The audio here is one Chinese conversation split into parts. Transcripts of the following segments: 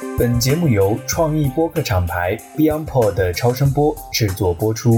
本节目由创意播客厂牌 BeyondPod 的超声波制作播出。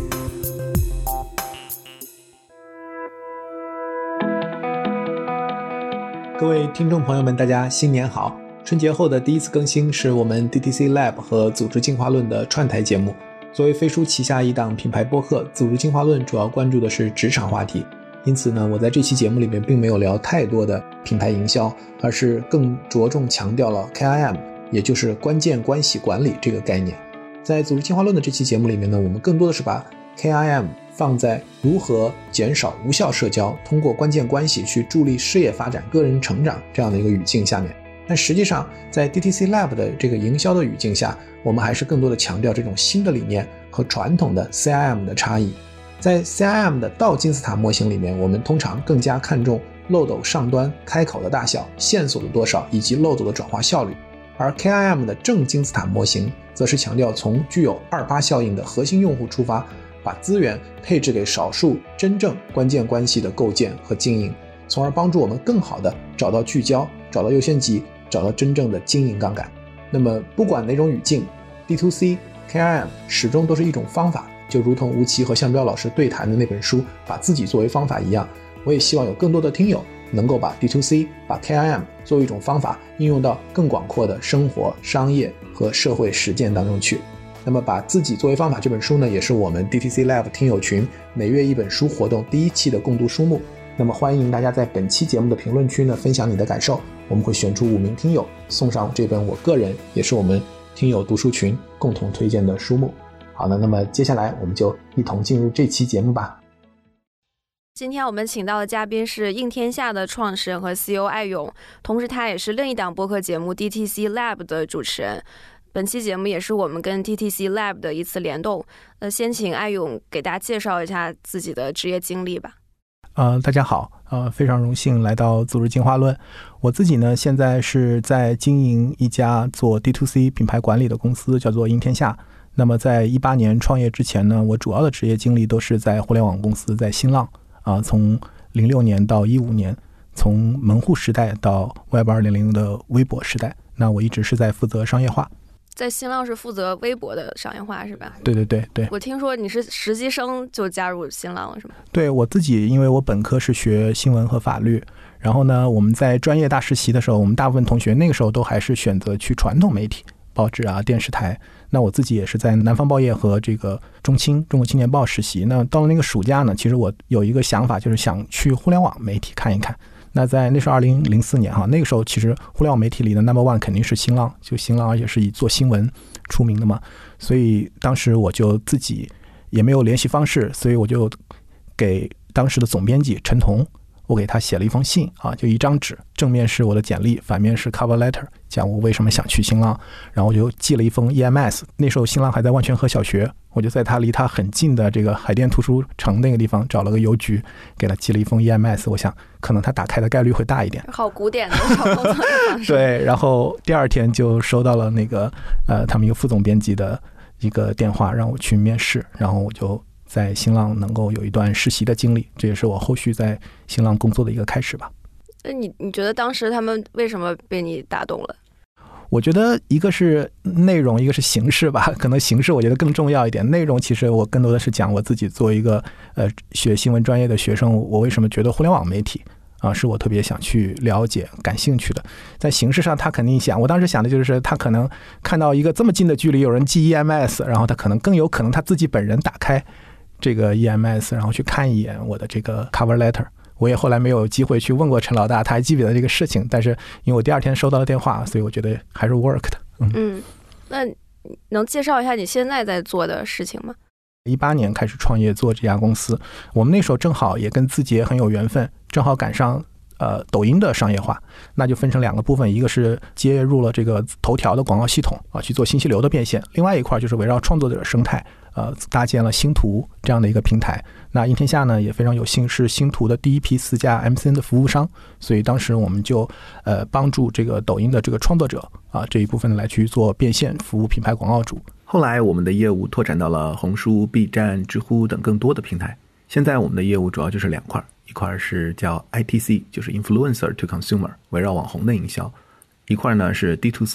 各位听众朋友们，大家新年好！春节后的第一次更新是我们 DTC Lab 和组织进化论的串台节目。作为飞书旗下一档品牌播客，组织进化论主要关注的是职场话题，因此呢，我在这期节目里面并没有聊太多的品牌营销，而是更着重强调了 KIM， 也就是关键关系管理这个概念。在组织进化论的这期节目里面呢，我们更多的是把 KIM 放在如何减少无效社交，通过关键关系去助力事业发展、个人成长这样的一个语境下面。但实际上在 DTC Lab 的这个营销的语境下，我们还是更多的强调这种新的理念和传统的 CIM 的差异。在 CIM 的倒金字塔模型里面，我们通常更加看重漏斗上端开口的大小、线索的多少以及漏斗的转化效率，而 KIM 的正金字塔模型则是强调从具有2-8效应的核心用户出发，把资源配置给少数真正关键关系的构建和经营，从而帮助我们更好地找到聚焦、找到优先级、找到真正的经营杠杆。那么不管哪种语境， D2C KIM 始终都是一种方法，就如同吴奇和向彪老师对谈的那本书把自己作为方法一样，我也希望有更多的听友能够把 D2C 把 KIM 作为一种方法应用到更广阔的生活、商业和社会实践当中去。那么把自己作为方法这本书呢，也是我们 DTC Lab 听友群每月一本书活动第1期的共读书目。那么欢迎大家在本期节目的评论区呢分享你的感受，我们会选出5名听友送上这本我个人也是我们听友读书群共同推荐的书目。好的，那么接下来我们就一同进入这期节目吧。 今天我们请到的嘉宾是应天下的创始人和 CEO 艾勇，同时他也是另一档播客节目 DTC Lab 的主持人。本期节目也是我们跟 DTC Lab 的一次联动。先请艾勇给大家介绍一下自己的职业经历吧。 大家好，非常荣幸来到组织进化论。我自己呢，现在是在经营一家做 D2C 品牌管理的公司，叫做应天下。那么在18年创业之前呢，我主要的职业经历都是在互联网公司，在新浪从06年到15年，从门户时代到 Web 2.0 的微博时代，那我一直是在负责商业化。 在新浪是负责微博的商业化是吧？ 对对对对。 我听说你是实习生就加入新浪了是吗？ 对，我自己因为我本科是学新闻和法律，然后呢我们在专业大实习的时候，我们大部分同学那个时候都还是选择去传统媒体，报纸啊、电视台。那我自己也是在南方报业和这个中国青年报实习。那到了那个暑假呢，其实我有一个想法，就是想去互联网媒体看一看。那在那是2004年那个时候其实互联网媒体里的 No.1 肯定是新浪，就新浪而且是以做新闻出名的嘛，所以当时我就自己也没有联系方式，所以我就给当时的总编辑陈彤，我给他写了一封信就一张纸，正面是我的简历，反面是 cover letter， 讲我为什么想去新浪，然后我就寄了一封 EMS。 那时候新浪还在万泉河小学，我就在他离他很近的这个海淀图书城那个地方找了个邮局，给他寄了一封 EMS， 我想可能他打开的概率会大一点。 好古典的找工作的方式。 对，然后第2天就收到了那个他们一个副总编辑的一个电话，让我去面试，然后我就在新浪能够有一段实习的经历，这也是我后续在新浪工作的一个开始吧。 那你觉得当时他们为什么被你打动了？ 我觉得一个是内容，一个是形式吧，可能形式我觉得更重要一点，内容其实我更多的是讲我自己作为一个学新闻专业的学生，我为什么觉得互联网媒体是我特别想去了解感兴趣的。在形式上他肯定想，我当时想的就是他可能看到一个这么近的距离有人寄 EMS， 然后他可能更有可能他自己本人打开这个 EMS 然后去看一眼我的这个 cover letter。我也后来没有机会去问过陈老大他还记不记得这个事情，但是因为我第2天收到了电话，所以我觉得还是 work 的。 那能介绍一下你现在在做的事情吗 ？18年开始创业做这家公司，我们那时候正好也跟字节很有缘分，正好赶上抖音的商业化，那就分成2个部分，一个是接入了这个头条的广告系统去做信息流的变现，另外一块就是围绕创作者生态搭建了星图这样的一个平台。那应天下呢也非常有幸是星图的第1批4家 MCN 的服务商，所以当时我们就帮助这个抖音的这个创作者这一部分来去做变现，服务品牌广告主。 后来我们的业务拓展到了红书、B 站、知乎等更多的平台。现在我们的业务主要就是2块，一块是叫 ITC， 就是 Influencer to Consumer， 围绕网红的营销；一块呢是 D2C，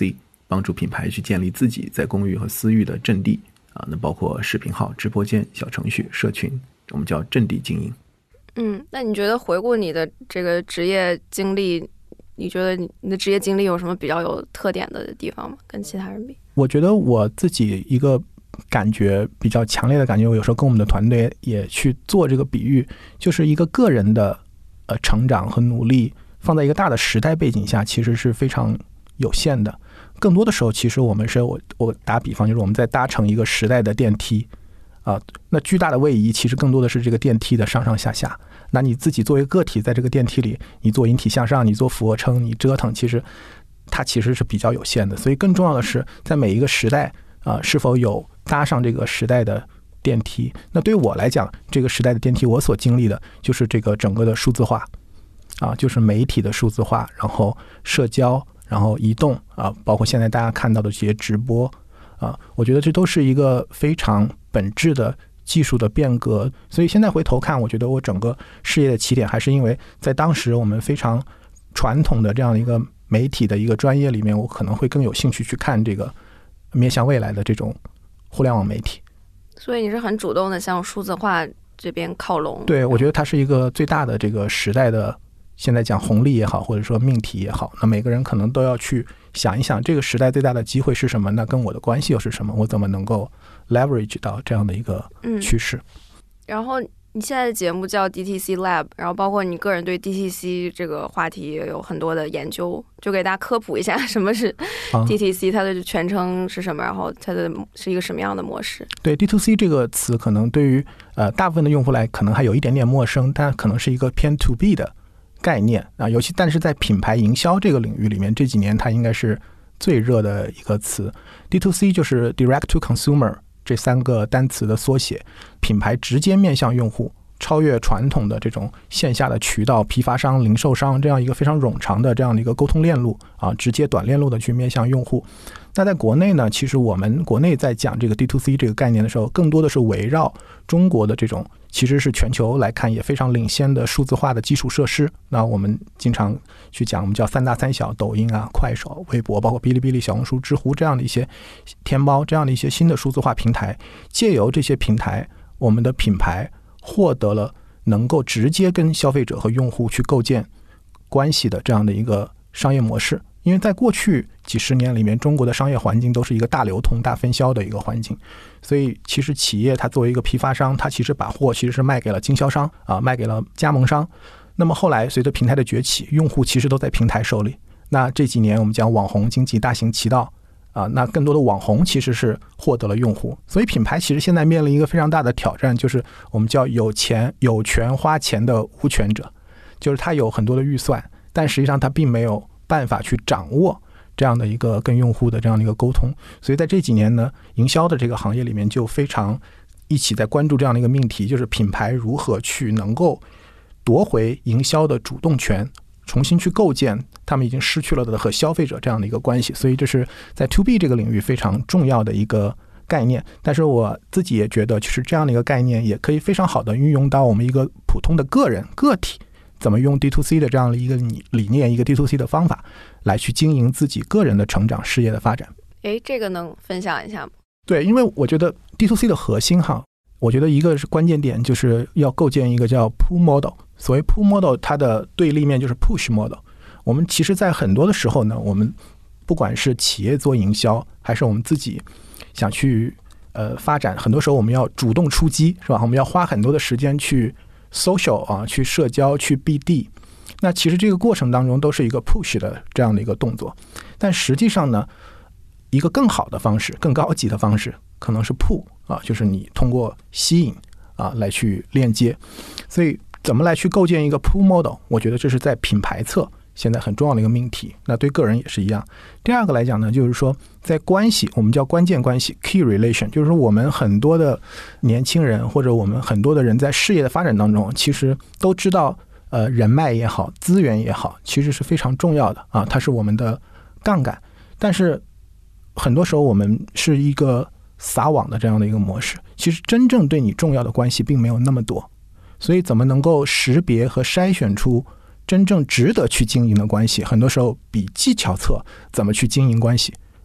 帮助品牌去建立自己在公域和私域的阵地啊，那包括视频号、直播间、小程序、社群，我们叫阵地经营。 那你觉得回顾你的这个职业经历，你觉得你的职业经历有什么比较有特点的地方吗？跟其他人比？ 我觉得我自己一个感觉比较强烈的感觉，我有时候跟我们的团队也去做这个比喻，就是一个个人的成长和努力放在一个大的时代背景下，其实是非常有限的。更多的时候，其实我们是我打比方，就是我们在搭乘一个时代的电梯啊，那巨大的位移其实更多的是这个电梯的上上下下。那你自己作为个体在这个电梯里，你做引体向上，你做俯卧撑，你折腾，其实它其实是比较有限的。所以更重要的是，在每一个时代是否有搭上这个时代的电梯。那对于我来讲，这个时代的电梯我所经历的就是这个整个的数字化就是媒体的数字化，然后社交，然后移动包括现在大家看到的这些直播我觉得这都是一个非常本质的技术的变革。所以现在回头看，我觉得我整个事业的起点还是因为在当时我们非常传统的这样的一个媒体的一个专业里面，我可能会更有兴趣去看这个面向未来的这种互联网媒体。 所以你是很主动的向数字化这边靠拢。 对，我觉得它是一个最大的这个时代的，现在讲红利也好，或者说命题也好，那每个人可能都要去想一想，这个时代最大的机会是什么？那跟我的关系又是什么？我怎么能够 leverage 到这样的一个趋势？ 然后你现在的节目叫 DTC Lab， 然后包括你个人对 DTC 这个话题也有很多的研究，就给大家科普一下什么是 DTC，它的全称是什么，然后它的是一个什么样的模式。 对 D2C 这个词可能对于大部分的用户来可能还有一点点陌生，但可能是一个偏 to B 的概念尤其但是在品牌营销这个领域里面，这几年它应该是最热的一个词。 D2C 就是 Direct to Consumer 这三个单词的缩写，品牌直接面向用户，超越传统的这种线下的渠道、批发商、零售商这样一个非常冗长的这样的一个沟通链路直接短链路的去面向用户。那在国内呢，其实我们国内在讲这个 D2C 这个概念的时候，更多的是围绕中国的这种其实是全球来看也非常领先的数字化的基础设施。那我们经常去讲，我们叫三大三小，抖音快手、微博，包括哔哩哔哩、小红书、知乎这样的一些天猫这样的一些新的数字化平台，借由这些平台，我们的品牌获得了能够直接跟消费者和用户去构建关系的这样的一个商业模式。因为在过去几十年里面，中国的商业环境都是一个大流通、大分销的一个环境，所以其实企业它作为一个批发商，它其实把货其实是卖给了经销商卖给了加盟商。那么后来随着平台的崛起，用户其实都在平台手里。那这几年我们讲网红经济大行其道那更多的网红其实是获得了用户。所以品牌其实现在面临一个非常大的挑战，就是我们叫有权花钱的无权者，就是他有很多的预算，但实际上他并没有办法去掌握这样的一个跟用户的这样的一个沟通。所以在这几年呢，营销的这个行业里面就非常一起在关注这样的一个命题，就是品牌如何去能够夺回营销的主动权，重新去构建他们已经失去了的和消费者这样的一个关系。所以这是在 To B 这个领域非常重要的一个概念。但是我自己也觉得，其实这样的一个概念也可以非常好的运用到我们一个普通的个人个体，怎么用 D2C 的这样的一个理念，一个 D2C 的方法来去经营自己个人的成长、事业的发展。 这个能分享一下吗？ 对，因为我觉得 D2C 的核心我觉得一个是关键点，就是要构建一个叫 Pull Model。所谓 Pull Model， 它的对立面就是 Push Model。我们其实在很多的时候呢，我们不管是企业做营销，还是我们自己想去发展，很多时候我们要主动出击，是吧？我们要花很多的时间去 social 去社交，去 BD。那其实这个过程当中都是一个 push 的这样的一个动作。但实际上呢，一个更好的方式、更高级的方式可能是 pull 就是你通过吸引来去链接。所以怎么来去构建一个 pull model， 我觉得这是在品牌侧现在很重要的一个命题。那对个人也是一样。第二个来讲呢，就是说在关系，我们叫关键关系 key relation， 就是说我们很多的年轻人或者我们很多的人在事业的发展当中，其实都知道人脉也好，资源也好，其实是非常重要的它是我们的杠杆。但是很多时候我们是一个撒网的这样的一个模式，其实真正对你重要的关系并没有那么多。所以怎么能够识别和筛选出真正值得去经营的关系，很多时候比技巧侧怎么去经营关系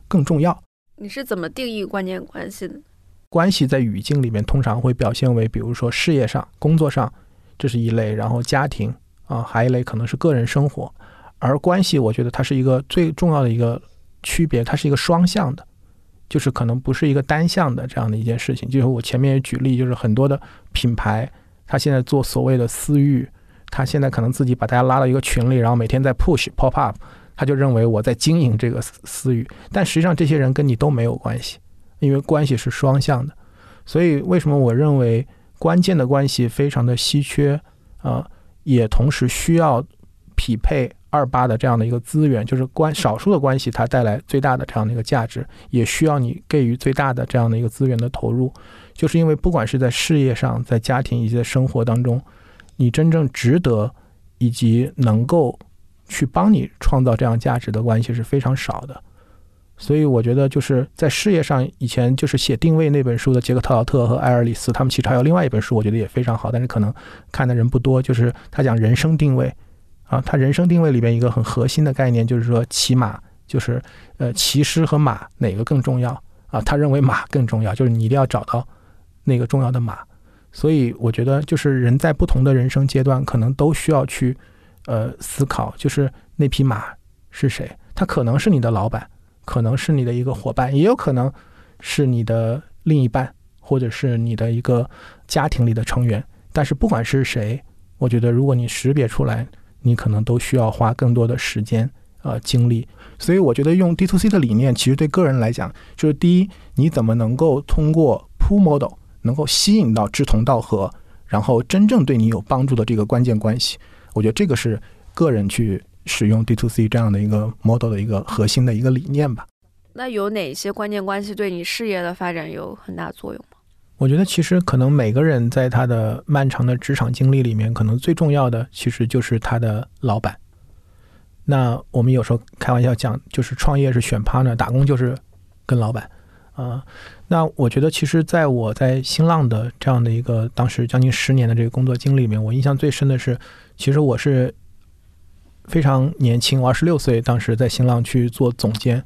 更重要。 你是怎么定义关键关系的？ 关系在语境里面通常会表现为，比如说事业上、工作上，这是一类，然后家庭还有一类可能是个人生活。而关系我觉得它是一个最重要的一个区别，它是一个双向的，就是可能不是一个单向的这样的一件事情。就是我前面也举例，就是很多的品牌它现在做所谓的私域，它现在可能自己把大家拉到一个群里，然后每天在 push pop up， 他就认为我在经营这个私域，但实际上这些人跟你都没有关系，因为关系是双向的。所以为什么我认为关键的关系非常的稀缺也同时需要匹配28的这样的一个资源，就是少数的关系它带来最大的这样的一个价值，也需要你给予最大的这样的一个资源的投入。就是因为不管是在事业上、在家庭以及在生活当中，你真正值得以及能够去帮你创造这样价值的关系是非常少的。所以我觉得就是在事业上，以前就是写定位那本书的杰克特劳特和埃尔里斯，他们其实还有另外一本书我觉得也非常好，但是可能看的人不多，就是他讲人生定位他人生定位里边一个很核心的概念就是说骑马，就是骑师和马哪个更重要他认为马更重要，就是你一定要找到那个重要的马。所以我觉得就是人在不同的人生阶段可能都需要去思考，就是那匹马是谁，他可能是你的老板，可能是你的一个伙伴，也有可能是你的另一半，或者是你的一个家庭里的成员。但是不管是谁，我觉得如果你识别出来，你可能都需要花更多的时间精力。所以我觉得用 D2C 的理念，其实对个人来讲，就是第一，你怎么能够通过 pull model 能够吸引到志同道合，然后真正对你有帮助的这个关键关系。我觉得这个是个人去使用 D2C 这样的一个 model 的一个核心的一个理念吧。 那有哪些关键关系对你事业的发展有很大作用吗？ 我觉得其实可能每个人在他的漫长的职场经历里面，可能最重要的其实就是他的老板。那我们有时候开玩笑讲，就是创业是选 partner， 打工就是跟老板那我觉得其实在我在新浪的这样的一个当时将近10年的这个工作经历里面，我印象最深的是，其实我是非常年轻，我26岁当时在新浪去做总监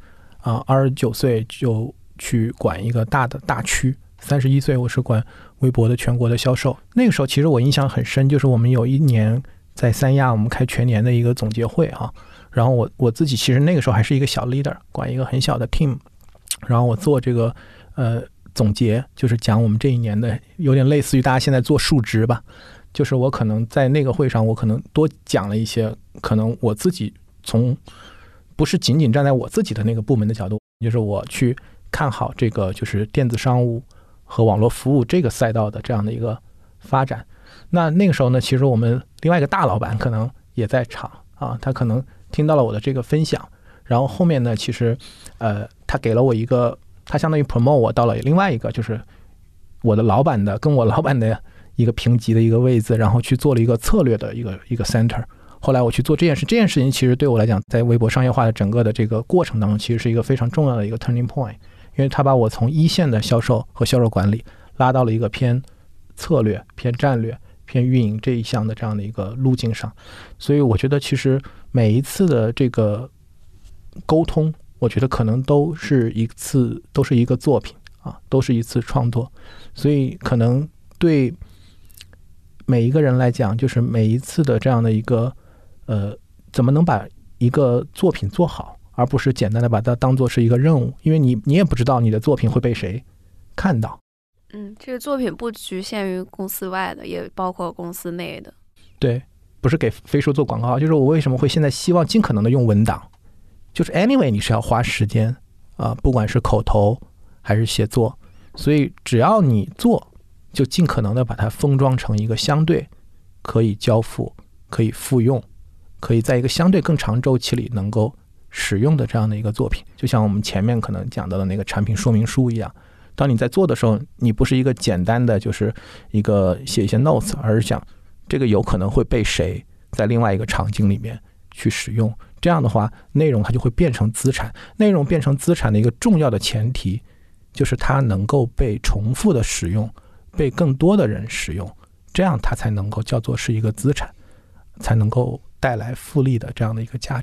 29岁就去管一个大的大区，31岁我是管微博的全国的销售。那个时候其实我印象很深，就是我们有一年在三亚我们开全年的一个总结会然后我自己其实那个时候还是一个小 leader， 管一个很小的 team， 然后我做这个总结，就是讲我们这一年的，有点类似于大家现在做述职吧，就是我可能在那个会上我可能多讲了一些可能我自己从不是仅仅站在我自己的那个部门的角度，就是我去看好这个就是电子商务和网络服务这个赛道的这样的一个发展。那个时候呢，其实我们另外一个大老板可能也在场他可能听到了我的这个分享，然后后面呢其实他给了我一个，他相当于 promote 我到了另外一个就是我的老板的跟我老板的一个评级的一个位置，然后去做了一个策略的一个 center。后来我去做这件事情其实对我来讲，在微博商业化的整个的这个过程当中，其实是一个非常重要的一个 turning point， 因为他把我从一线的销售和销售管理拉到了一个偏策略、偏战略、偏运营这一项的这样的一个路径上。所以我觉得其实每一次的这个沟通，我觉得可能都是一个作品都是一次创作。所以可能对每一个人来讲，就是每一次的这样的一个怎么能把一个作品做好，而不是简单的把它当作是一个任务，因为你也不知道你的作品会被谁看到。 这个作品不局限于公司外的，也包括公司内的。 对，不是给飞书做广告，就是我为什么会现在希望尽可能的用文档，就是 anyway 你是要花时间不管是口头还是写作，所以只要你做，就尽可能的把它封装成一个相对可以交付、可以复用、可以在一个相对更长周期里能够使用的这样的一个作品。就像我们前面可能讲到的那个产品说明书一样，当你在做的时候，你不是一个简单的就是一个写一些 notes， 而是想这个有可能会被谁在另外一个场景里面去使用。这样的话，内容它就会变成资产。内容变成资产的一个重要的前提，就是它能够被重复的使用，被更多的人使用，这样它才能够叫做是一个资产，才能够带来复利的这样的一个价值。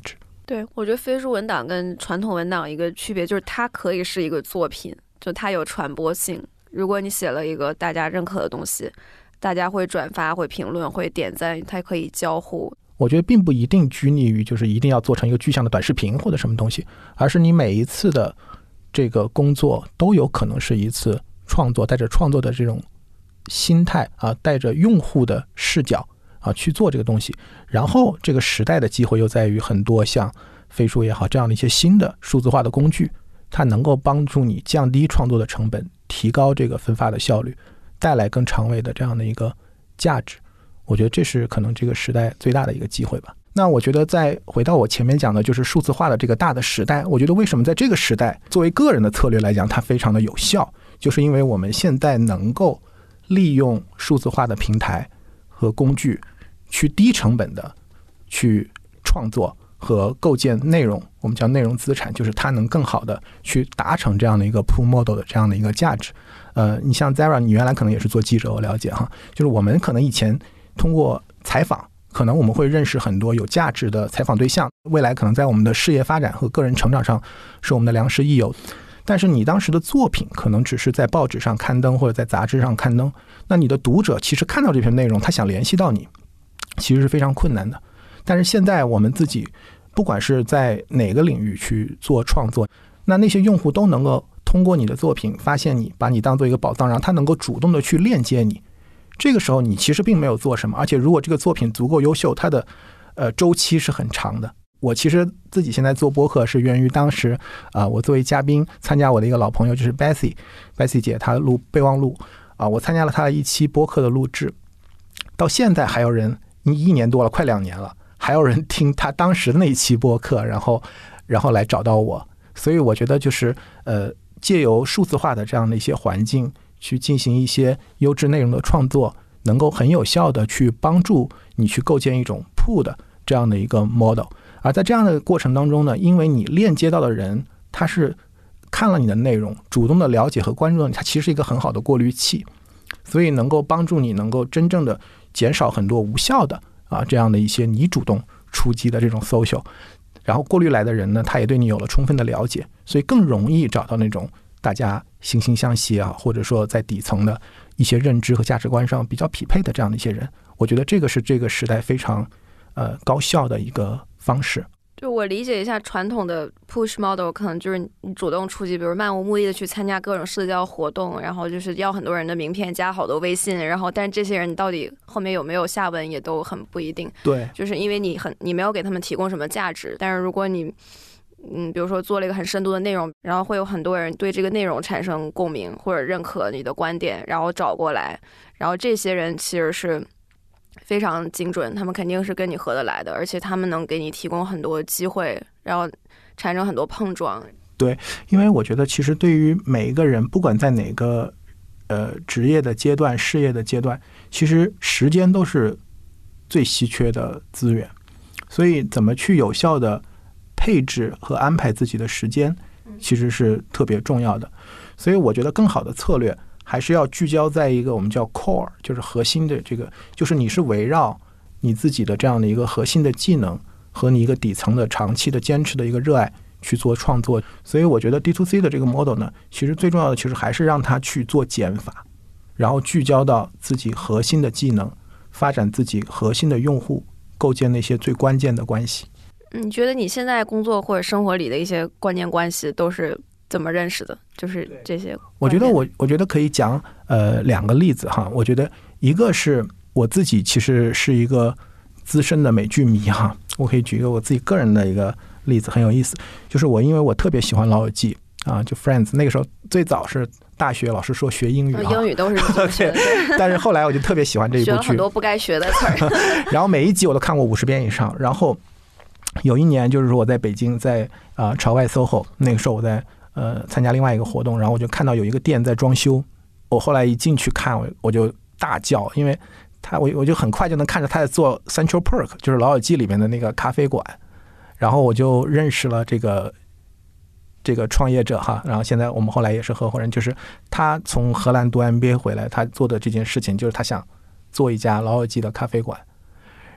对，我觉得飞书文档跟传统文档一个区别就是它可以是一个作品，就它有传播性。如果你写了一个大家认可的东西，大家会转发、会评论、会点赞，它可以交互。 我觉得并不一定拘泥于就是一定要做成一个具象的短视频或者什么东西，而是你每一次的这个工作都有可能是一次创作，带着创作的这种心态啊，带着用户的视角啊去做这个东西。然后这个时代的机会又在于很多像飞书也好这样的一些新的数字化的工具，它能够帮助你降低创作的成本，提高这个分发的效率，带来更长尾的这样的一个价值。我觉得这是可能这个时代最大的一个机会吧。那我觉得再回到我前面讲的就是数字化的这个大的时代，我觉得为什么在这个时代作为个人的策略来讲它非常的有效，就是因为我们现在能够利用数字化的平台和工具去低成本的去创作和构建内容，我们叫内容资产，就是它能更好的去达成这样的一个 pull model 的这样的一个价值。你像 Zara 你原来可能也是做记者，我了解哈，就是我们可能以前通过采访，可能我们会认识很多有价值的采访对象，未来可能在我们的事业发展和个人成长上是我们的良师益友。但是你当时的作品可能只是在报纸上刊登或者在杂志上刊登，那你的读者其实看到这篇内容，他想联系到你其实是非常困难的。但是现在我们自己不管是在哪个领域去做创作，那些用户都能够通过你的作品发现你，把你当做一个宝藏，然后他能够主动的去链接你。这个时候你其实并没有做什么，而且如果这个作品足够优秀，它的周期是很长的。我其实自己现在做播客是源于当时我作为嘉宾参加我的一个老朋友，就是 Bessy 姐，她录备忘录我参加了她的一期播客的录制，到现在还有人1年多了，快2年了，还有人听她当时的那一期播客，然后来找到我。所以我觉得就是借由数字化的这样的一些环境去进行一些优质内容的创作，能够很有效的去帮助你去构建一种 pull 的这样的一个 model。 而在这样的过程当中呢，因为你链接到的人他是看了你的内容，主动的了解和关注你，它其实是一个很好的过滤器，所以能够帮助你能够真正的减少很多无效的这样的一些你主动出击的这种 social。 然后过滤来的人呢，他也对你有了充分的了解，所以更容易找到那种大家惺惺相惜或者说在底层的一些认知和价值观上比较匹配的这样的一些人。我觉得这个是这个时代非常高效的一个方式。 就我理解一下，传统的 push model 可能就是你主动出击，比如漫无目的的去参加各种社交活动，然后就是要很多人的名片，加好多微信，然后但这些人到底后面有没有下文也都很不一定。 对， 就是因为你没有给他们提供什么价值，但是如果你比如说做了一个很深度的内容，然后会有很多人对这个内容产生共鸣或者认可你的观点，然后找过来，然后这些人其实是非常精准，他们肯定是跟你合得来的，而且他们能给你提供很多机会，然后产生很多碰撞。 对，因为我觉得其实对于每一个人，不管在哪个职业的阶段、事业的阶段，其实时间都是最稀缺的资源，所以怎么去有效的配置和安排自己的时间，其实是特别重要的。所以我觉得更好的策略还是要聚焦在一个我们叫 core， 就是核心的这个，就是你是围绕你自己的这样的一个核心的技能和你一个底层的长期的坚持的一个热爱去做创作。所以我觉得 D2C 的这个 model 呢，其实最重要的其实还是让它去做减法，然后聚焦到自己核心的技能，发展自己核心的用户，构建那些最关键的关系。 你觉得你现在工作或者生活里的一些关键关系都是怎么认识的？就是这些。 我觉得可以讲2个例子哈。我觉得一个是我自己其实是一个资深的美剧迷哈，我可以举一个我自己个人的一个例子，很有意思。就是因为我特别喜欢老友记就 Friends， 那个时候最早是大学老师说学英语英语都是这么学的但是后来我就特别喜欢这一部剧， 学了很多不该学的词儿然后每一集我都看过50遍以上。然后有一年就是说我在北京，在朝外 SOHO， 那个时候我在参加另外一个活动，然后我就看到有一个店在装修，我后来一进去看我就大叫，因为我就很快就能看着他在做 Central Perk， 就是老友记里面的那个咖啡馆，然后我就认识了这个创业者哈，然后现在我们后来也是合伙人。就是他从荷兰读 MBA 回来，他做的这件事情就是他想做一家老友记的咖啡馆。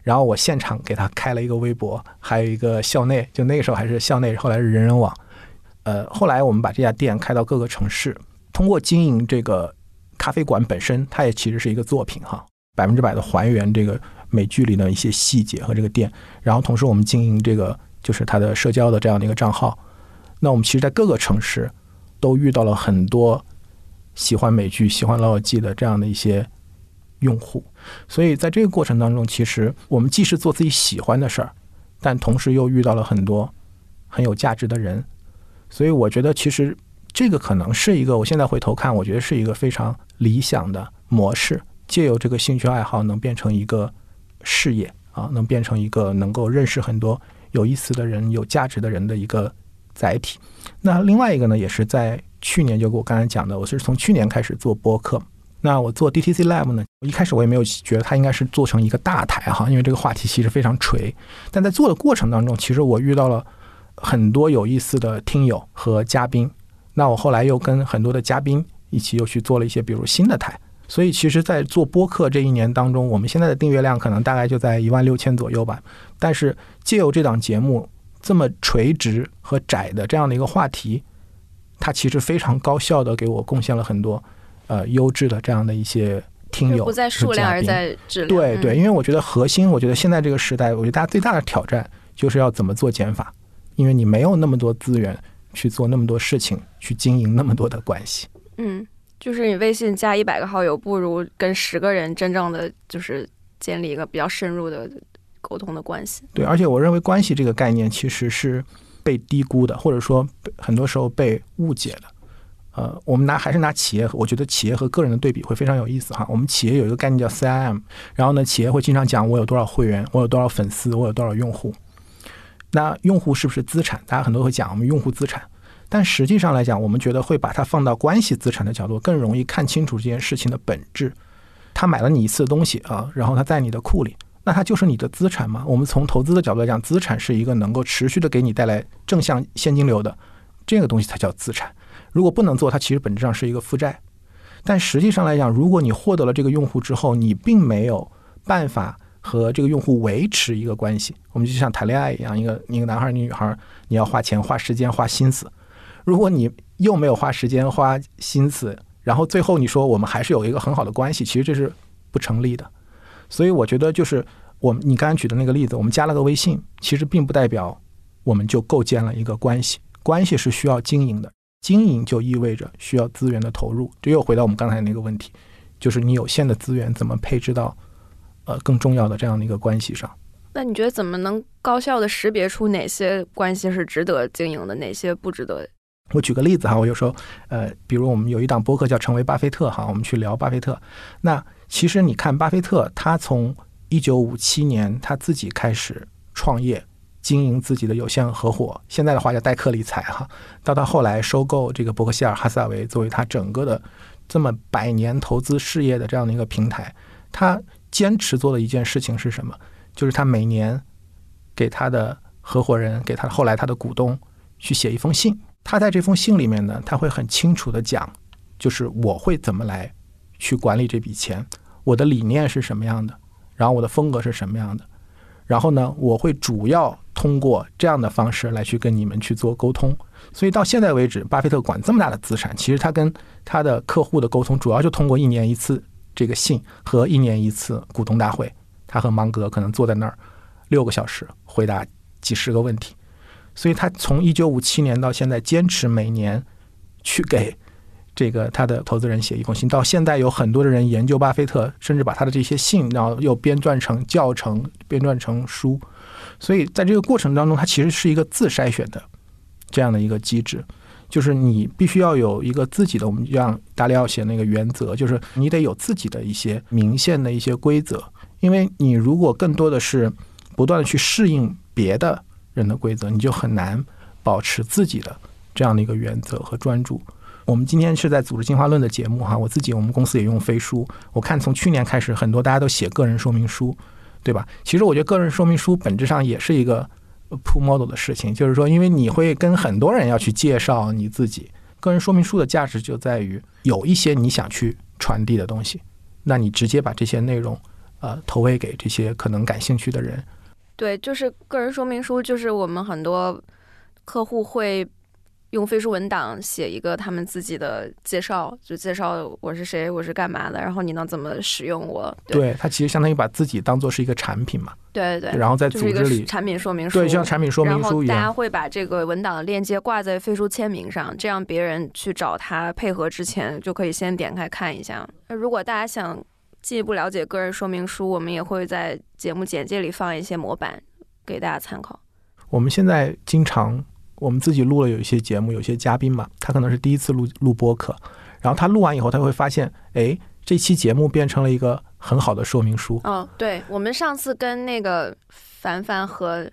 然后我现场给他开了一个微博，还有一个校内，就那个时候还是校内，后来是人人网。后来我们把这家店开到各个城市，通过经营这个咖啡馆本身，它也其实是一个作品哈，100%的还原这个美剧里的一些细节和这个店。然后同时我们经营这个就是它的社交的这样的一个账号。那我们其实在各个城市都遇到了很多喜欢美剧、喜欢老友记的这样的一些用户，所以在这个过程当中，其实我们既是做自己喜欢的事儿，但同时又遇到了很多很有价值的人。所以我觉得其实这个可能是一个，我现在回头看，我觉得是一个非常理想的模式，借由这个兴趣爱好能变成一个事业啊，能变成一个能够认识很多有意思的人、有价值的人的一个载体。那另外一个呢，也是在去年，就我刚才讲的，我是从去年开始做播客。那我做 DTC Lab 呢，一开始我也没有觉得它应该是做成一个大台哈，因为这个话题其实非常垂。但在做的过程当中，其实我遇到了很多有意思的听友和嘉宾。那我后来又跟很多的嘉宾一起又去做了一些比如新的台。所以其实在做播客这一年当中，我们现在的订阅量可能大概就在16000左右吧。但是借由这档节目这么垂直和窄的这样的一个话题，它其实非常高效的给我贡献了很多优质的这样的一些听友， 不在数量而在质量。 对对，因为我觉得核心，我觉得现在这个时代，我觉得大家最大的挑战就是要怎么做减法，因为你没有那么多资源去做那么多事情，去经营那么多的关系。 就是你微信加100个好友，不如跟10个人真正的就是建立一个比较深入的沟通的关系。 对，而且我认为关系这个概念其实是被低估的，或者说很多时候被误解的。我们还是拿企业，我觉得企业和个人的对比会非常有意思哈。我们企业有一个概念叫 CIM， 然后呢，企业会经常讲我有多少会员，我有多少粉丝，我有多少用户。那用户是不是资产？大家很多会讲我们用户资产，但实际上来讲，我们觉得会把它放到关系资产的角度，更容易看清楚这件事情的本质。他买了你一次的东西啊，然后他在你的库里，那它就是你的资产吗？我们从投资的角度来讲，资产是一个能够持续的给你带来正向现金流的这个东西才叫资产。如果不能做，它其实本质上是一个负债。但实际上来讲，如果你获得了这个用户之后，你并没有办法和这个用户维持一个关系。我们就像谈恋爱一样，一个男孩一个女孩，你要花钱、花时间、花心思。如果你又没有花时间、花心思，然后最后你说我们还是有一个很好的关系，其实这是不成立的。所以我觉得就是你刚才举的那个例子，我们加了个微信，其实并不代表我们就构建了一个关系。关系是需要经营的，经营就意味着需要资源的投入。这又回到我们刚才那个问题，就是你有限的资源怎么配置到更重要的这样的一个关系上。 那你觉得怎么能高效的识别出哪些关系是值得经营的，哪些不值得？ 我举个例子哈，我有时候比如我们有一档播客叫成为巴菲特哈，我们去聊巴菲特。那其实你看巴菲特，他从1957年他自己开始创业经营自己的有限合伙，现在的话叫戴克理财哈，到他后来收购这个伯克希尔哈撒韦作为他整个的这么100年投资事业的这样的一个平台，他坚持做的一件事情是什么？就是他每年给他的合伙人，给他后来他的股东去写一封信。他在这封信里面呢，他会很清楚的讲，就是我会怎么来去管理这笔钱，我的理念是什么样的，然后我的风格是什么样的，然后呢，我会主要通过这样的方式来去跟你们去做沟通。所以到现在为止，巴菲特管这么大的资产，其实他跟他的客户的沟通主要就通过1年1次这个信和1年1次股东大会。他和芒格可能坐在那儿6个小时回答几十个问题。所以他从1957年到现在坚持每年去给这个他的投资人写一封信，到现在有很多的人研究巴菲特，甚至把他的这些信然后又编撰成教程，编撰成书。所以在这个过程当中，它其实是一个自筛选的这样的一个机制，就是你必须要有一个自己的，我们让达里奥写那个原则，就是你得有自己的一些明线的一些规则。因为你如果更多的是不断的去适应别的人的规则，你就很难保持自己的这样的一个原则和专注。我们今天是在组织进化论的节目哈，我们公司也用飞书，我看从去年开始很多大家都写个人说明书，对吧？其实我觉得个人说明书本质上也是一个 pull model 的事情，就是说因为你会跟很多人要去介绍你自己，个人说明书的价值就在于有一些你想去传递的东西，那你直接把这些内容投喂给这些可能感兴趣的人。 对，就是个人说明书，就是我们很多客户会用飞书文档写一个他们自己的介绍，就介绍我是谁，我是干嘛的，然后你能怎么使用我。 对，他其实相当于把自己当做是一个产品嘛。 对对对， 然后在组织就是一里个产品说明书， 对，像产品说明书一样， 然后大家会把这个文档的链接挂在飞书签名上，这样别人去找他配合之前就可以先点开看一下。如果大家想进一步了解个人说明书，我们也会在节目简介里放一些模板给大家参考。 我们现在经常我们自己录了有一些节目，有些嘉宾嘛，他可能是第一次录播客，然后他录完以后他会发现，哎，这期节目变成了一个很好的说明书。 对，我们上次跟那个凡凡和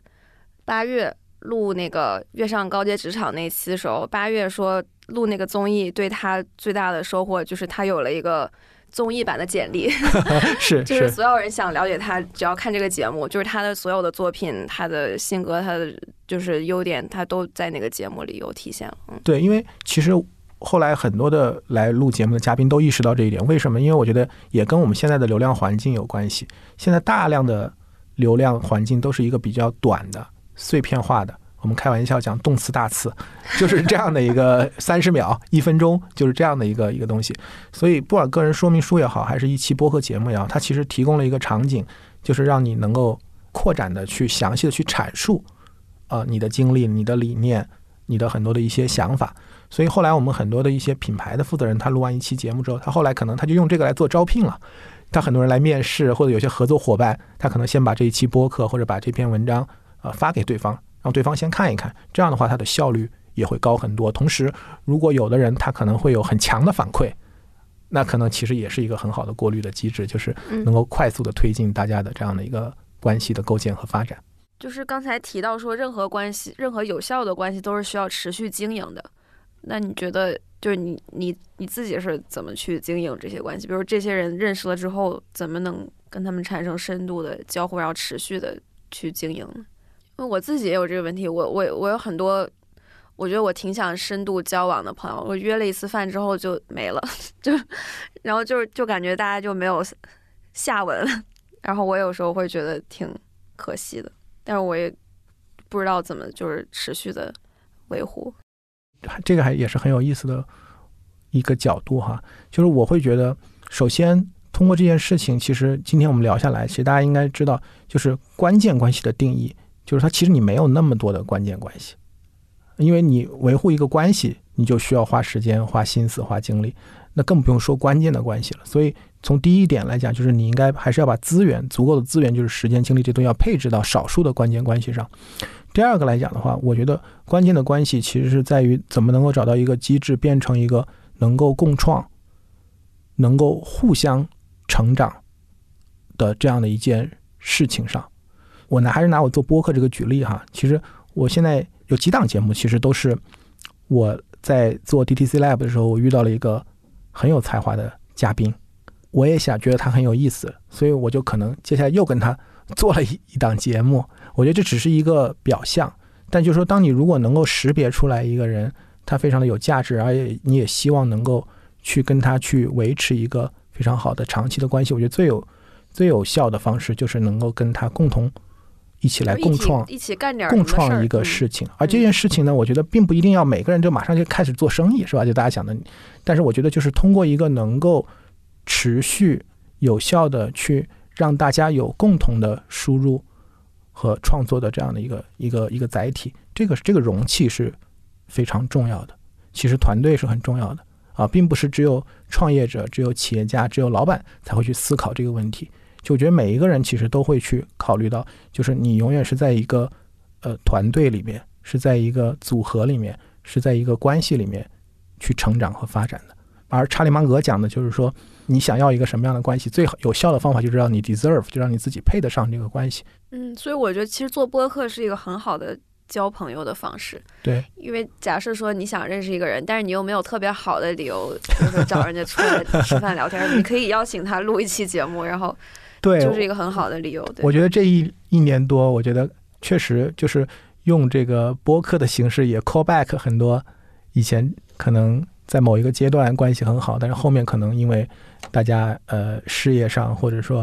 8月录那个跃上高阶职场那期的时候，8月说录那个综艺对他最大的收获就是他有了一个综艺版的简历是就是所有人想了解他只要看这个节目，就是他的所有的作品，他的性格，他的就是优点，他都在那个节目里有体现了。 对，因为其实后来很多的来录节目的嘉宾都意识到这一点。为什么？因为我觉得也跟我们现在的流量环境有关系。现在大量的流量环境都是一个比较短的碎片化的，我们开玩笑讲动词大词，就是这样的一个30秒1分钟，就是这样的一个东西。所以不管个人说明书也好，还是一期播客节目也好，它其实提供了一个场景，就是让你能够扩展的去详细的去阐述你的经历，你的理念，你的很多的一些想法。所以后来我们很多的一些品牌的负责人，他录完一期节目之后，他后来可能他就用这个来做招聘了。他很多人来面试，或者有些合作伙伴，他可能先把这一期播客或者把这篇文章发给对方，让对方先看一看，这样的话他的效率也会高很多。同时如果有的人他可能会有很强的反馈，那可能其实也是一个很好的过滤的机制，就是能够快速的推进大家的这样的一个关系的构建和发展。 就是刚才提到说任何关系，任何有效的关系都是需要持续经营的，那你觉得就是你自己是怎么去经营这些关系？比如这些人认识了之后，怎么能跟他们产生深度的交互，然后持续的去经营呢？因为我自己也有这个问题，我有很多我觉得我挺想深度交往的朋友，我约了一次饭之后就没了，然后就感觉大家就没有下文，然后我有时候会觉得挺可惜的，但是我也不知道怎么就是持续的维护。 这个也是很有意思的一个角度哈，就是我会觉得，首先通过这件事情，其实今天我们聊下来，其实大家应该知道，就是关键关系的定义，就是它其实你没有那么多的关键关系，因为你维护一个关系，你就需要花时间、花心思、花精力，那更不用说关键的关系了。所以从第一点来讲，就是你应该还是要把资源，足够的资源，就是时间、精力这都要配置到少数的关键关系上。第二个来讲的话，我觉得关键的关系其实是在于怎么能够找到一个机制，变成一个能够共创、能够互相成长的这样的一件事情上。我还是拿我做播客这个举例哈，其实我现在有几档节目，其实都是我在做 DTC Lab 的时候，我遇到了一个很有才华的嘉宾，我也想觉得他很有意思，所以我就可能接下来又跟他做了一档节目。我觉得这只是一个表象，但就是说当你如果能够识别出来一个人他非常的有价值，而且你也希望能够去跟他去维持一个非常好的长期的关系，我觉得最有效的方式就是能够跟他共同一起来共创， 一起干点共创一个事情。而这件事情呢，我觉得并不一定要每个人就马上就开始做生意，是吧？就大家想的，但是我觉得就是通过一个能够持续有效的去让大家有共同的输入和创作的这样的一个载体，这个容器是非常重要的。其实团队是很重要的啊，并不是只有创业者、只有企业家、只有老板才会去思考这个问题。就我觉得每一个人其实都会去考虑到，就是你永远是在一个团队里面，是在一个组合里面，是在一个关系里面去成长和发展的。而查理芒格讲的就是说，你想要一个什么样的关系，最有效的方法就是让你 deserve， 就让你自己配得上这个关系。 所以我觉得其实做播客是一个很好的交朋友的方式。 对， 因为假设说你想认识一个人，但是你又没有特别好的理由，比如说找人家出来吃饭聊天，你可以邀请他录一期节目，然后对， 就是一个很好的理由。对， 我觉得这一年多，我觉得确实就是用这个播客的形式也 call back 很多以前可能在某一个阶段关系很好，但是后面可能因为大家事业上或者说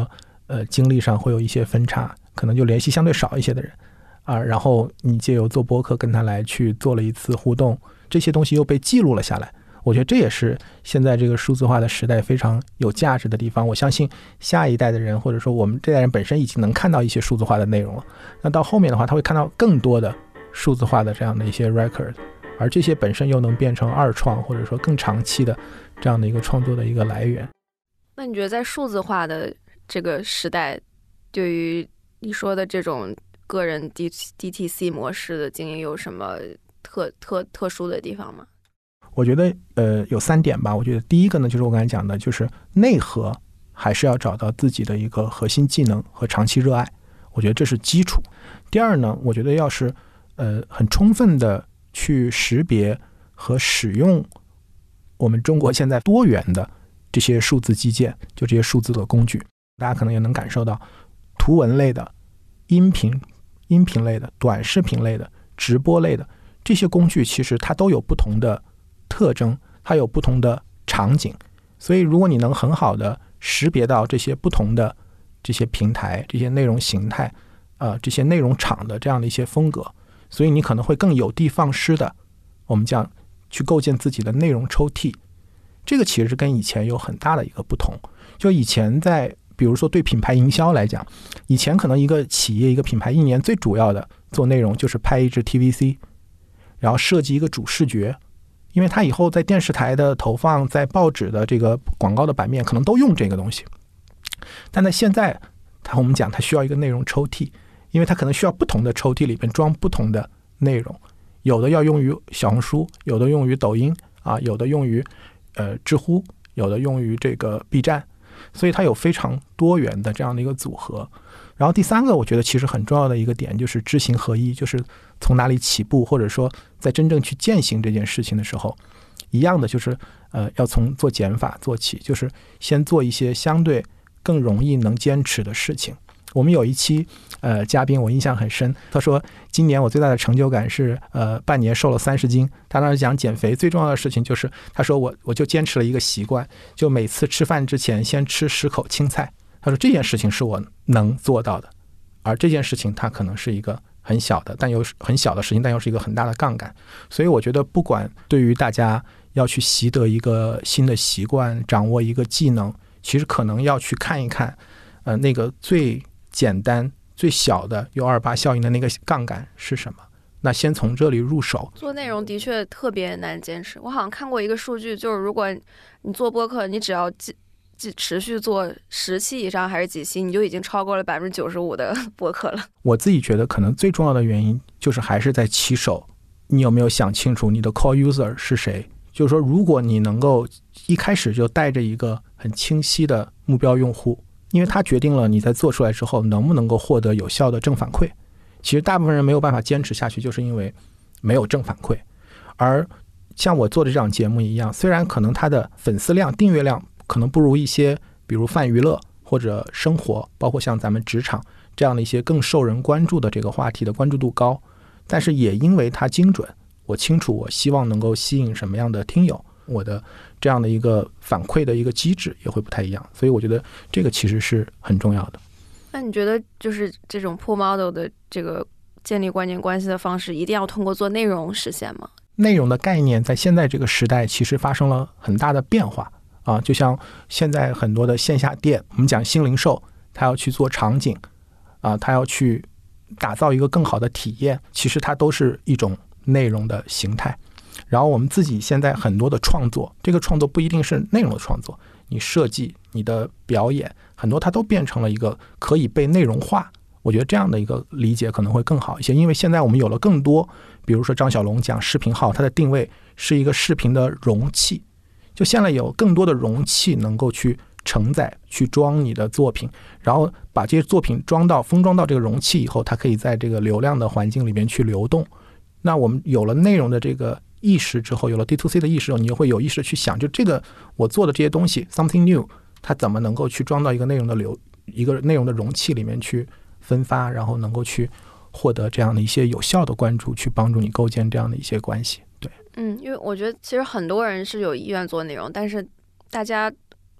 精力上会有一些分差，可能就联系相对少一些的人然后你借由做播客跟他来去做了一次互动，这些东西又被记录了下来。我觉得这也是现在这个数字化的时代非常有价值的地方。我相信下一代的人，或者说我们这代人本身已经能看到一些数字化的内容了，那到后面的话他会看到更多的数字化的这样的一些 record， 而这些本身又能变成二创或者说更长期的这样的一个创作的一个来源。 那你觉得在数字化的这个时代，对于你说的这种个人 DTC 模式的经营有什么特殊的地方吗？ 我觉得有3点吧。我觉得第一个呢，就是我刚才讲的，就是内核还是要找到自己的一个核心技能和长期热爱，我觉得这是基础。第二呢，我觉得要是很充分的去识别和使用我们中国现在多元的这些数字基建，就这些数字的工具，大家可能也能感受到，图文类的、音频类的、短视频类的、直播类的这些工具，其实它都有不同的特征，它有不同的场景。所以如果你能很好的识别到这些不同的这些平台、这些内容形态这些内容场的这样的一些风格，所以你可能会更有的放矢的，我们讲去构建自己的内容抽屉。这个其实跟以前有很大的一个不同。就以前在比如说对品牌营销来讲，以前可能一个企业一个品牌一年最主要的做内容就是拍一支 TVC， 然后设计一个主视觉，因为它以后在电视台的投放，在报纸的这个广告的版面可能都用这个东西。但在现在我们讲它需要一个内容抽屉，因为它可能需要不同的抽屉里面装不同的内容，有的要用于小红书，有的用于抖音有的用于知乎，有的用于这个 B 站，所以它有非常多元的这样的一个组合。然后第3个我觉得其实很重要的一个点就是知行合一，就是从哪里起步，或者说在真正去践行这件事情的时候，一样的就是要从做减法做起，就是先做一些相对更容易能坚持的事情。我们有一期嘉宾我印象很深，他说今年我最大的成就感是半年瘦了30斤。他当时讲减肥最重要的事情就是，他说我就坚持了一个习惯，就每次吃饭之前先吃10口青菜。他说这件事情是我能做到的，而这件事情它可能是一个很小的事情，但又是一个很大的杠杆。所以我觉得不管对于大家要去习得一个新的习惯，掌握一个技能，其实可能要去看一看那个最简单最小的有2·8效应的那个杠杆是什么，那先从这里入手。 做内容的确特别难坚持。我好像看过一个数据，就是如果你做播客，你只要持续做10期以上还是几期，你就已经超过了95%的播客了。 我自己觉得可能最重要的原因就是还是在起手，你有没有想清楚你的 core user 是谁。就是说如果你能够一开始就带着一个很清晰的目标用户，因为它决定了你在做出来之后能不能够获得有效的正反馈。其实大部分人没有办法坚持下去，就是因为没有正反馈。而像我做的这档节目一样，虽然可能它的粉丝量订阅量可能不如一些比如泛娱乐或者生活，包括像咱们职场这样的一些更受人关注的这个话题的关注度高，但是也因为它精准，我清楚我希望能够吸引什么样的听友，我的这样的一个反馈的一个机制也会不太一样。所以我觉得这个其实是很重要的。 那你觉得就是这种 pull model 的这个建立关键关系的方式一定要通过做内容实现吗？ 内容的概念在现在这个时代其实发生了很大的变化就像现在很多的线下店，我们讲新零售，它要去做场景它要去打造一个更好的体验，其实它都是一种内容的形态。然后我们自己现在很多的创作，这个创作不一定是内容的创作，你设计你的表演很多它都变成了一个可以被内容化。我觉得这样的一个理解可能会更好一些，因为现在我们有了更多，比如说张小龙讲视频号，它的定位是一个视频的容器，就现在有更多的容器能够去承载去装你的作品，然后把这些作品封装到这个容器以后，它可以在这个流量的环境里面去流动。那我们有了内容的这个意识之后，有了 D2C 的意识之后，你就会有意识去想，就这个我做的这些东西 something new， 它怎么能够去装到一个内容的容器里面去分发，然后能够去获得这样的一些有效的关注，去帮助你构建这样的一些关系。对， 因为我觉得其实很多人是有意愿做内容，但是大家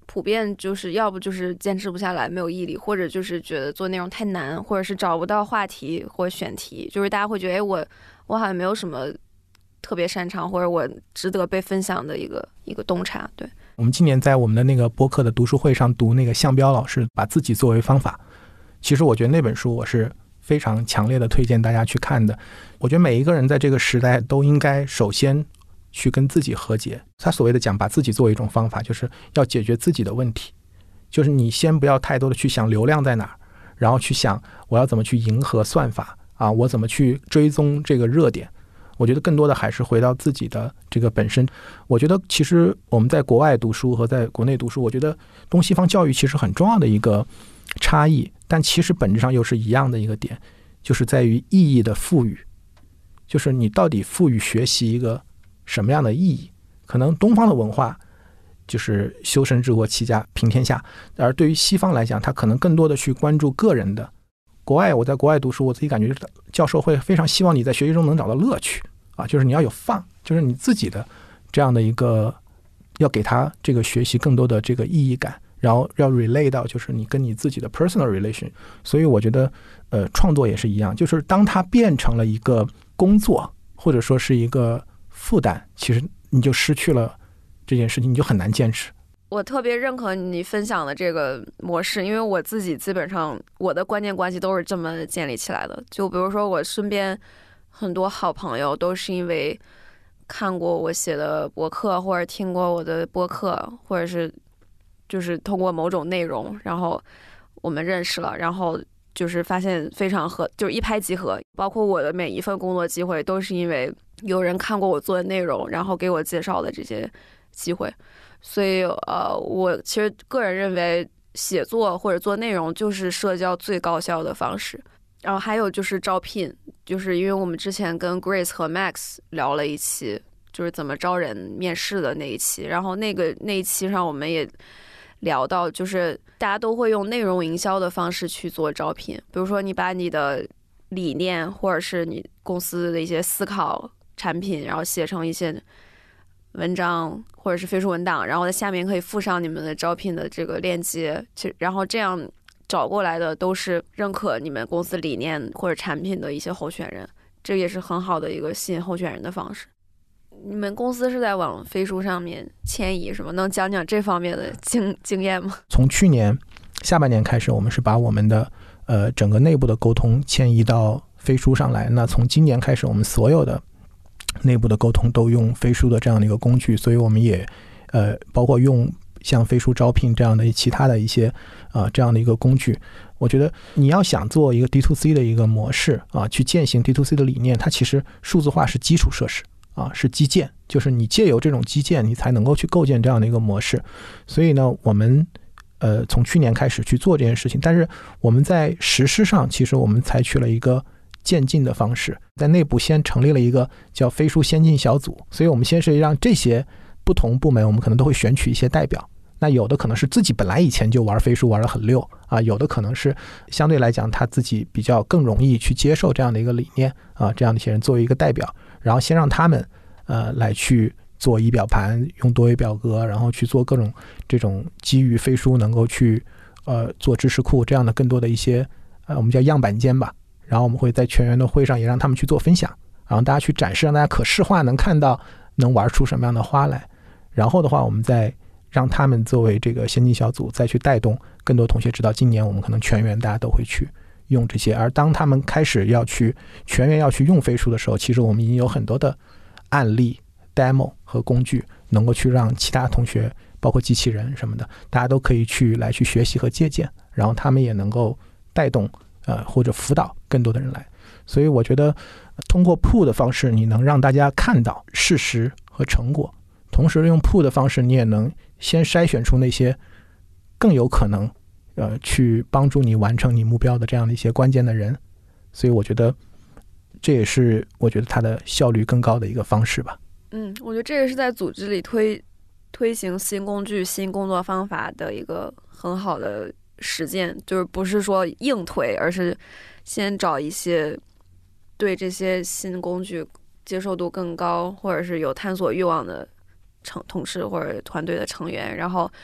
普遍就是要不就是坚持不下来，没有毅力，或者就是觉得做内容太难，或者是找不到话题或者选题，就是大家会觉得，哎，我好像没有什么特别擅长或者我值得被分享的一个洞察。对， 我们今年在我们的那个播客的读书会上读那个向彪老师把自己作为方法，其实我觉得那本书我是非常强烈的推荐大家去看的。我觉得每一个人在这个时代都应该首先去跟自己和解。他所谓的讲把自己作为一种方法，就是要解决自己的问题，就是你先不要太多的去想流量在哪儿，然后去想我要怎么去迎合算法啊，我怎么去追踪这个热点。我觉得更多的还是回到自己的这个本身。我觉得其实我们在国外读书和在国内读书，我觉得东西方教育其实很重要的一个差异，但其实本质上又是一样的一个点，就是在于意义的赋予，就是你到底赋予学习一个什么样的意义。可能东方的文化就是修身治国齐家平天下，而对于西方来讲，他可能更多的去关注个人的。我在国外读书，我自己感觉教授会非常希望你在学习中能找到乐趣啊，就是你要有fun，就是你自己的这样的一个，要给他这个学习更多的这个意义感，然后要 relate 到就是你跟你自己的 personal relation。 所以我觉得创作也是一样，就是当它变成了一个工作或者说是一个负担，其实你就失去了这件事情，你就很难坚持。 我特别认可你分享的这个模式，因为我自己基本上我的关键关系都是这么建立起来的。就比如说我身边很多好朋友都是因为看过我写的博客，或者听过我的播客，或者是就是通过某种内容，然后我们认识了，然后就是发现非常就是一拍即合。包括我的每一份工作机会都是因为有人看过我做的内容，然后给我介绍的这些机会。所以我其实个人认为写作或者做内容就是社交最高效的方式。然后还有就是招聘，就是因为我们之前跟 Grace 和 Max 聊了一期就是怎么招人面试的那一期，然后那一期上我们也聊到，就是大家都会用内容营销的方式去做招聘。比如说你把你的理念或者是你公司的一些思考产品，然后写成一些文章或者是飞书文档，然后在下面可以附上你们的招聘的这个链接，然后这样找过来的都是认可你们公司理念或者产品的一些候选人，这也是很好的一个吸引候选人的方式。你们公司是在往飞书上面迁移是吗？能讲讲这方面的经验吗？ 从去年下半年开始，我们是把我们的整个内部的沟通迁移到飞书上来。那从今年开始，我们所有的内部的沟通都用飞书的这样的一个工具，所以我们也包括用像飞书招聘这样的其他的一些这样的一个工具。我觉得你要想做一个 D2C 的一个模式去践行 D2C 的理念，它其实数字化是基础设施是基建，就是你借由这种基建，你才能够去构建这样的一个模式。所以呢，我们从去年开始去做这件事情，但是我们在实施上，其实我们采取了一个渐进的方式，在内部先成立了一个叫飞书先进小组。所以我们先是让这些不同部门，我们可能都会选取一些代表。那有的可能是自己本来以前就玩飞书玩得很溜有的可能是相对来讲他自己比较更容易去接受这样的一个理念这样的一些人作为一个代表，然后先让他们来去做仪表盘，用多维表格，然后去做各种这种基于飞书能够去做知识库这样的更多的一些我们叫样板间吧。然后我们会在全员的会上也让他们去做分享，然后大家去展示，让大家可视化，能看到能玩出什么样的花来。然后的话，我们再让他们作为这个先进小组再去带动更多同学知道，今年我们可能全员大家都会去用这些。而当他们开始要去全员要去用飞书的时候，其实我们已经有很多的案例 demo 和工具能够去让其他同学包括机器人什么的大家都可以来去学习和借鉴，然后他们也能够带动或者辅导更多的人来。所以我觉得通过 pull 的方式，你能让大家看到事实和成果，同时用 pull 的方式，你也能先筛选出那些更有可能去帮助你完成你目标的这样的一些关键的人。所以我觉得这也是我觉得它的效率更高的一个方式吧。 我觉得这也是在组织里推行新工具新工作方法的一个很好的实践，就是不是说硬推，而是先找一些对这些新工具接受度更高或者是有探索欲望的同事或者团队的成员，然后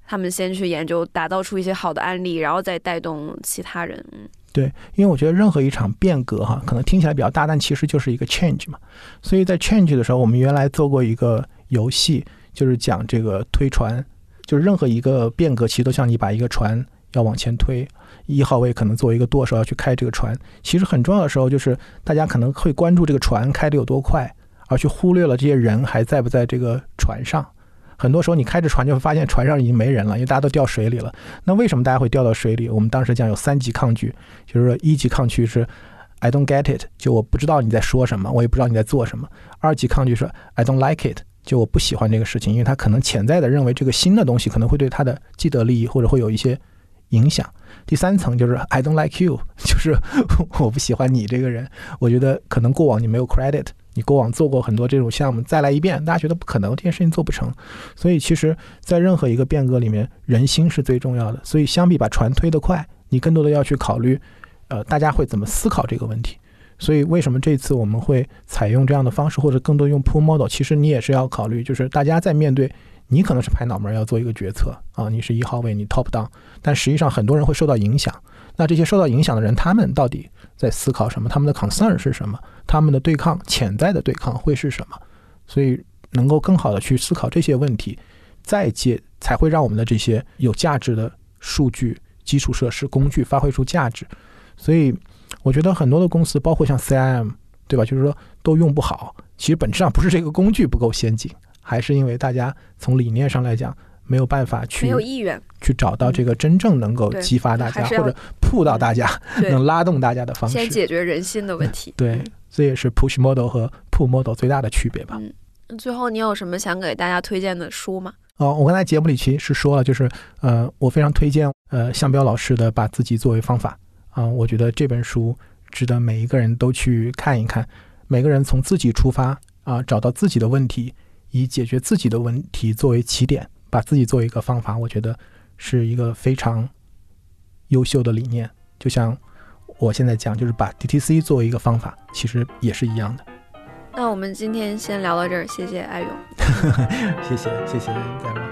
他们先去研究，打造出一些好的案例，然后再带动其他人。 对，因为我觉得任何一场变革可能听起来比较大，但其实就是一个 change 嘛。所以在 change 的时候，我们原来做过一个游戏，就是讲这个推船，就是任何一个变革其实都像你把一个船要往前推，1号位可能作为一个舵手要去开这个船，其实很重要的时候就是大家可能会关注这个船开得有多快，而去忽略了这些人还在不在这个船上。很多时候你开着船就会发现船上已经没人了，因为大家都掉水里了。那为什么大家会掉到水里？我们当时讲有3级抗拒，就是说1级抗拒是 I don't get it， 就我不知道你在说什么，我也不知道你在做什么。2级抗拒是 I don't like it， 就我不喜欢这个事情，因为他可能潜在的认为这个新的东西可能会对他的既得利益或者会有一些影响。第3层就是 I don't like you， 就是我不喜欢你这个人，我觉得可能过往你没有 credit，你过往做过很多这种项目，再来一遍大家觉得不可能，这件事情做不成。所以其实在任何一个变革里面，人心是最重要的。所以相比把船推得快，你更多的要去考虑大家会怎么思考这个问题。所以为什么这次我们会采用这样的方式，或者更多用 pull model， 其实你也是要考虑，就是大家在面对你可能是拍脑门要做一个决策你是1号位，你 top down， 但实际上很多人会受到影响。那这些受到影响的人，他们到底在思考什么？他们的 concern 是什么？他们的对抗，潜在的对抗会是什么？所以能够更好的去思考这些问题，才会让我们的这些有价值的数据、基础设施、工具发挥出价值。所以我觉得很多的公司，包括像 CIM， 对吧？就是说都用不好，其实本质上不是这个工具不够先进，还是因为大家从理念上来讲没有办法去， 没有意愿去找到这个真正能够激发大家或者pull到大家能拉动大家的方式， 先解决人心的问题。 对，这也是 push model 和 pull model 最大的区别吧。 最后你有什么想给大家推荐的书吗？ 我刚才节目里其实说了，就是我非常推荐向彪老师的《把自己作为方法》我觉得这本书值得每一个人都去看一看。每个人从自己出发找到自己的问题，以解决自己的问题作为起点，把自己作为一个方法，我觉得是一个非常优秀的理念。就像我现在讲，就是把 DTC 作为一个方法，其实也是一样的。 那我们今天先聊到这儿，谢谢艾勇。 谢谢戴荣。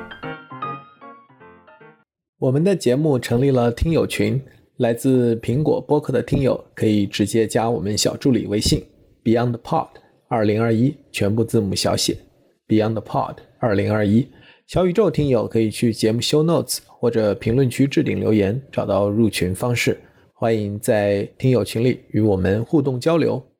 我们的节目成立了听友群，来自苹果播客的听友可以直接加我们小助理微信 BeyondPod 2021，全部字母小写 BeyondPod 2021。小宇宙听友可以去节目 show notes 或者评论区置顶留言，找到入群方式。欢迎在听友群里与我们互动交流。